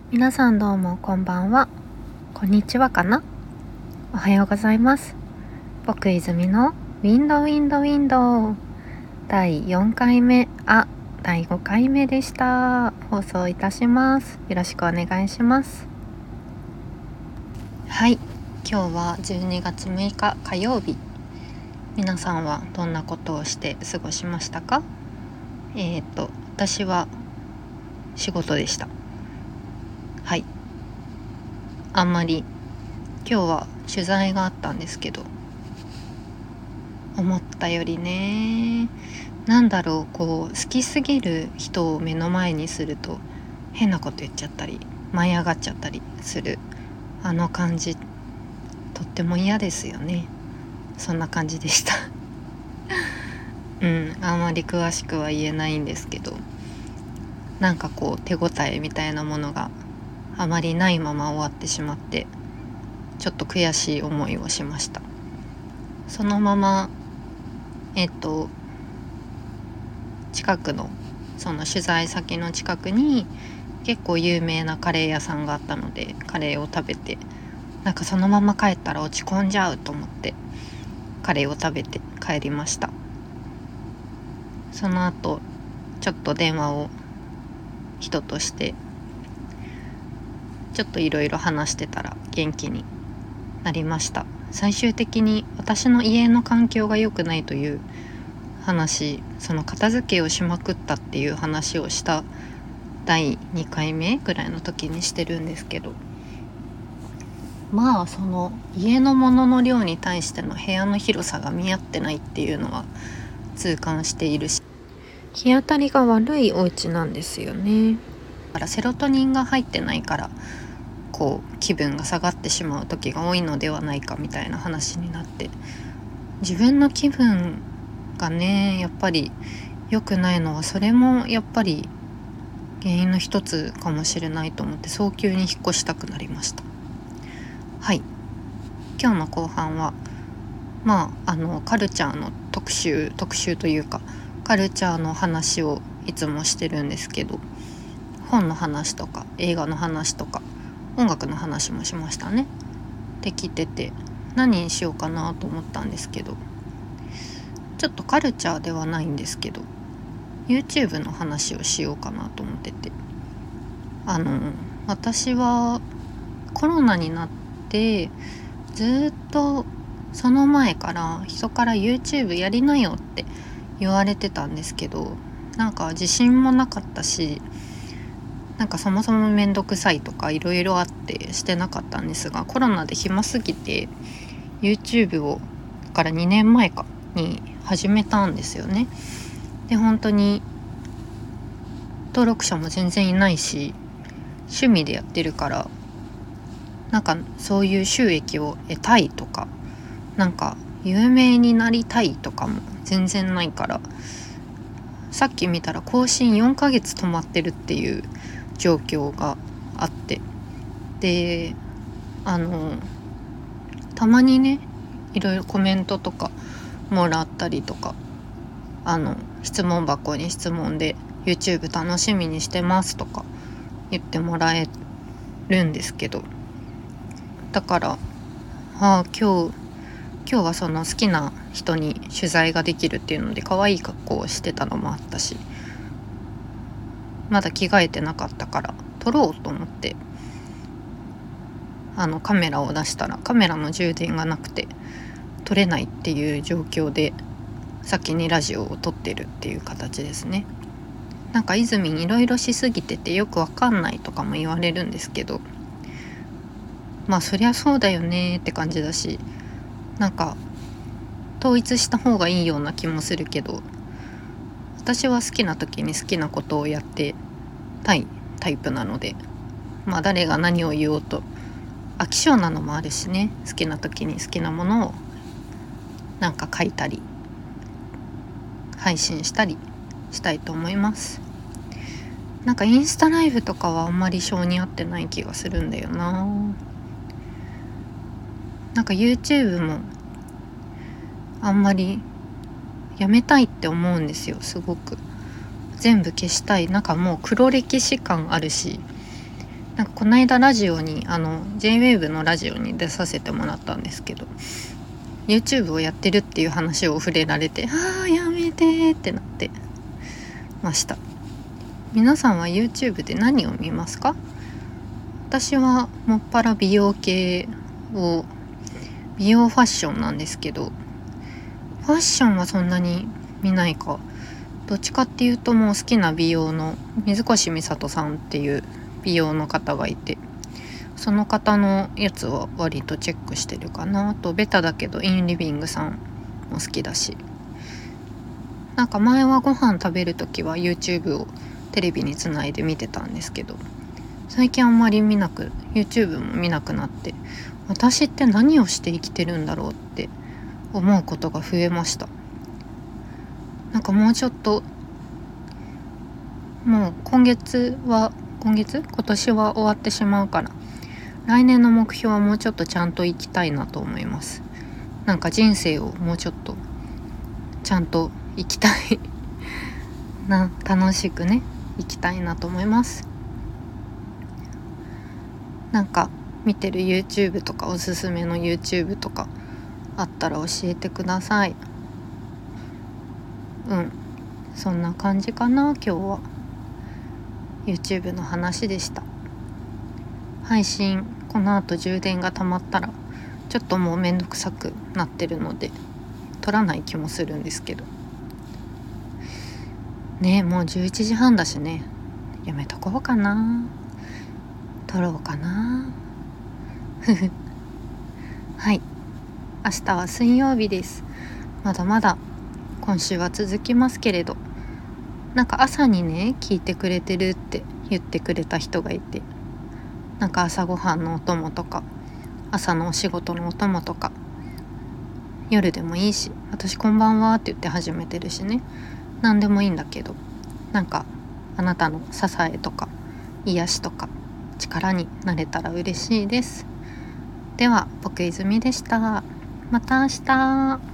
皆さんどうもこんばんは、こんにちはかな。おはようございます。僕泉のウィンドウィンドウィンド第4回目第5回目でした。放送いたします。よろしくお願いします。はい、今日は12月6日火曜日。皆さんはどんなことをして過ごしましたか？私は仕事でした。はい、あんまり今日は取材があったんですけど、思ったよりね、好きすぎる人を目の前にすると変なこと言っちゃったり舞い上がっちゃったりするあの感じ、とっても嫌ですよね。そんな感じでしたあんまり詳しくは言えないんですけど、手応えみたいなものがあまりないまま終わってしまって、ちょっと悔しい思いをしました。そのまま近くのその取材先の近くに結構有名なカレー屋さんがあったので、カレーを食べて、そのまま帰ったら落ち込んじゃうと思ってカレーを食べて帰りました。その後ちょっと電話を人としてちょっといろいろ話してたら元気になりました。最終的に私の家の環境が良くないという話、その片付けをしまくったっていう話をした第2回目ぐらいの時にしてるんですけど、その家のものの量に対しての部屋の広さが見合ってないっていうのは痛感しているし、日当たりが悪いお家なんですよね。だからセロトニンが入ってないから気分が下がってしまう時が多いのではないかみたいな話になって、自分の気分がねやっぱり良くないのはそれもやっぱり原因の一つかもしれないと思って、早急に引っ越したくなりました。はい、今日の後半はカルチャーの特集というかカルチャーの話をいつもしてるんですけど、本の話とか映画の話とか音楽の話もしましたね。できてて何にしようかなと思ったんですけど、ちょっとカルチャーではないんですけど YouTube の話をしようかなと思ってて、私はコロナになってずっとその前から人から YouTube やりなよって言われてたんですけど、自信もなかったし、そもそもめんどくさいとかいろいろあってしてなかったんですが、コロナで暇すぎて YouTube をから2年前かに始めたんですよね。で本当に登録者も全然いないし趣味でやってるから、そういう収益を得たいとか有名になりたいとかも全然ないから、さっき見たら更新4ヶ月止まってるっていう状況があって、でたまにねいろいろコメントとかもらったりとか、質問箱に質問で YouTube 楽しみにしてますとか言ってもらえるんですけど、だから今日はその好きな人に取材ができるっていうので可愛い格好をしてたのもあったし、まだ着替えてなかったから撮ろうと思ってカメラを出したらカメラの充電がなくて撮れないっていう状況で先にラジオを撮ってるっていう形ですね。泉いろいろしすぎててよくわかんないとかも言われるんですけど、そりゃそうだよねって感じだし、統一した方がいいような気もするけど、私は好きな時に好きなことをやってたいタイプなので、誰が何を言おうと飽き性なのもあるしね、好きな時に好きなものを書いたり配信したりしたいと思います。インスタライブとかはあんまり性に合ってない気がするんだよな。YouTube もあんまりやめたいって思うんですよ。すごく全部消したい。もう黒歴史感あるし、 なんかこの間ラジオにJ-WAVE のラジオに出させてもらったんですけど、 YouTube をやってるっていう話を触れられて、やめてってなってました。皆さんは YouTube で何を見ますか？私はもっぱら美容系を、美容ファッションなんですけど、ファッションはそんなに見ないか。どっちかっていうと、もう好きな美容の水越美里さんっていう美容の方がいて、その方のやつは割とチェックしてるかな。あとベタだけどインリビングさんも好きだし、なんか前はご飯食べるときは YouTube をテレビにつないで見てたんですけど、最近あんまりYouTube も見なくなって、私って何をして生きてるんだろうって思うことが増えました。なんかもうちょっと、もう今年は終わってしまうから、来年の目標はもうちょっとちゃんと生きたいなと思います。なんか人生をもうちょっとちゃんと生きたい楽しくね生きたいなと思います。なんか見てる YouTube とかおすすめの YouTube とかあったら教えてください。そんな感じかな。今日は YouTube の話でした。配信この後充電が溜まったらちょっともうめんどくさくなってるので撮らない気もするんですけどね。もう11時半だしね、やめとこうかな。撮ろうかなはい、明日は水曜日です。まだまだ今週は続きますけれど、なんか朝にね聞いてくれてるって言ってくれた人がいて、なんか朝ごはんのお供とか朝のお仕事のお供とか、夜でもいいし、私こんばんはって言って始めてるしね、何でもいいんだけど、なんかあなたの支えとか癒しとか力になれたら嬉しいです。では僕泉でした。また明日。